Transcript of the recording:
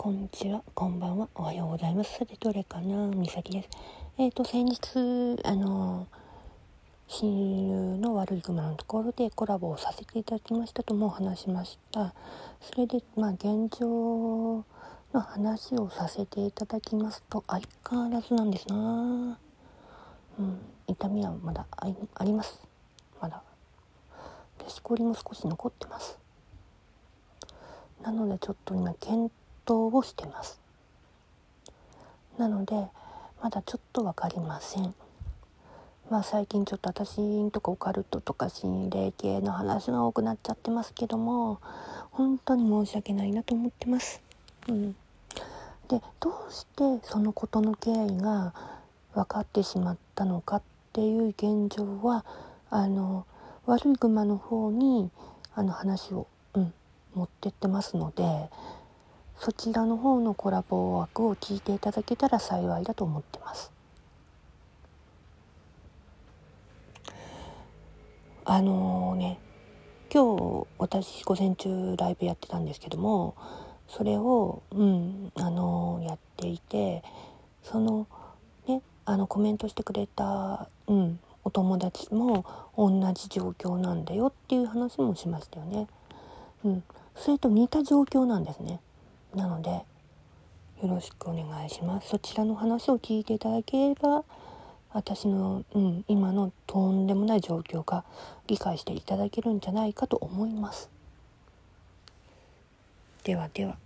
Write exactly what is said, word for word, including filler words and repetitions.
こんにちは、こんばんは、おはようございます。さてどれかな、みさきです。えっ、ー、と先日あの親友の悪い熊のところでコラボをさせていただきましたとも話しました。それでまあ現状の話をさせていただきますと、相変わらずなんですな。うん、痛みはまだあります。まだでしこりも少し残ってます。なのでちょっと今検討をしてます。なのでまだちょっと分かりません。まあ最近ちょっと私んとかオカルトとか心霊系の話が多くなっちゃってますけども、本当に申し訳ないなと思ってます。うん、でどうしてそのことの経緯が分かってしまったのかっていう現状はあの悪いグマの方にあの話を、うん、持ってってますので、そちらの方のコラボ枠を聞いていただけたら幸いだと思ってます。あのー、ね今日私午前中ライブやってたんですけども、それを、うんあのー、やっていて、そのねあのコメントしてくれた、うん、お友達も同じ状況なんだよっていう話もしましたよね。うん、それと似た状況なんですね。なのでよろしくお願いします。そちらの話を聞いていただければ私の、うん、今のとんでもない状況が理解していただけるんじゃないかと思います。ではでは。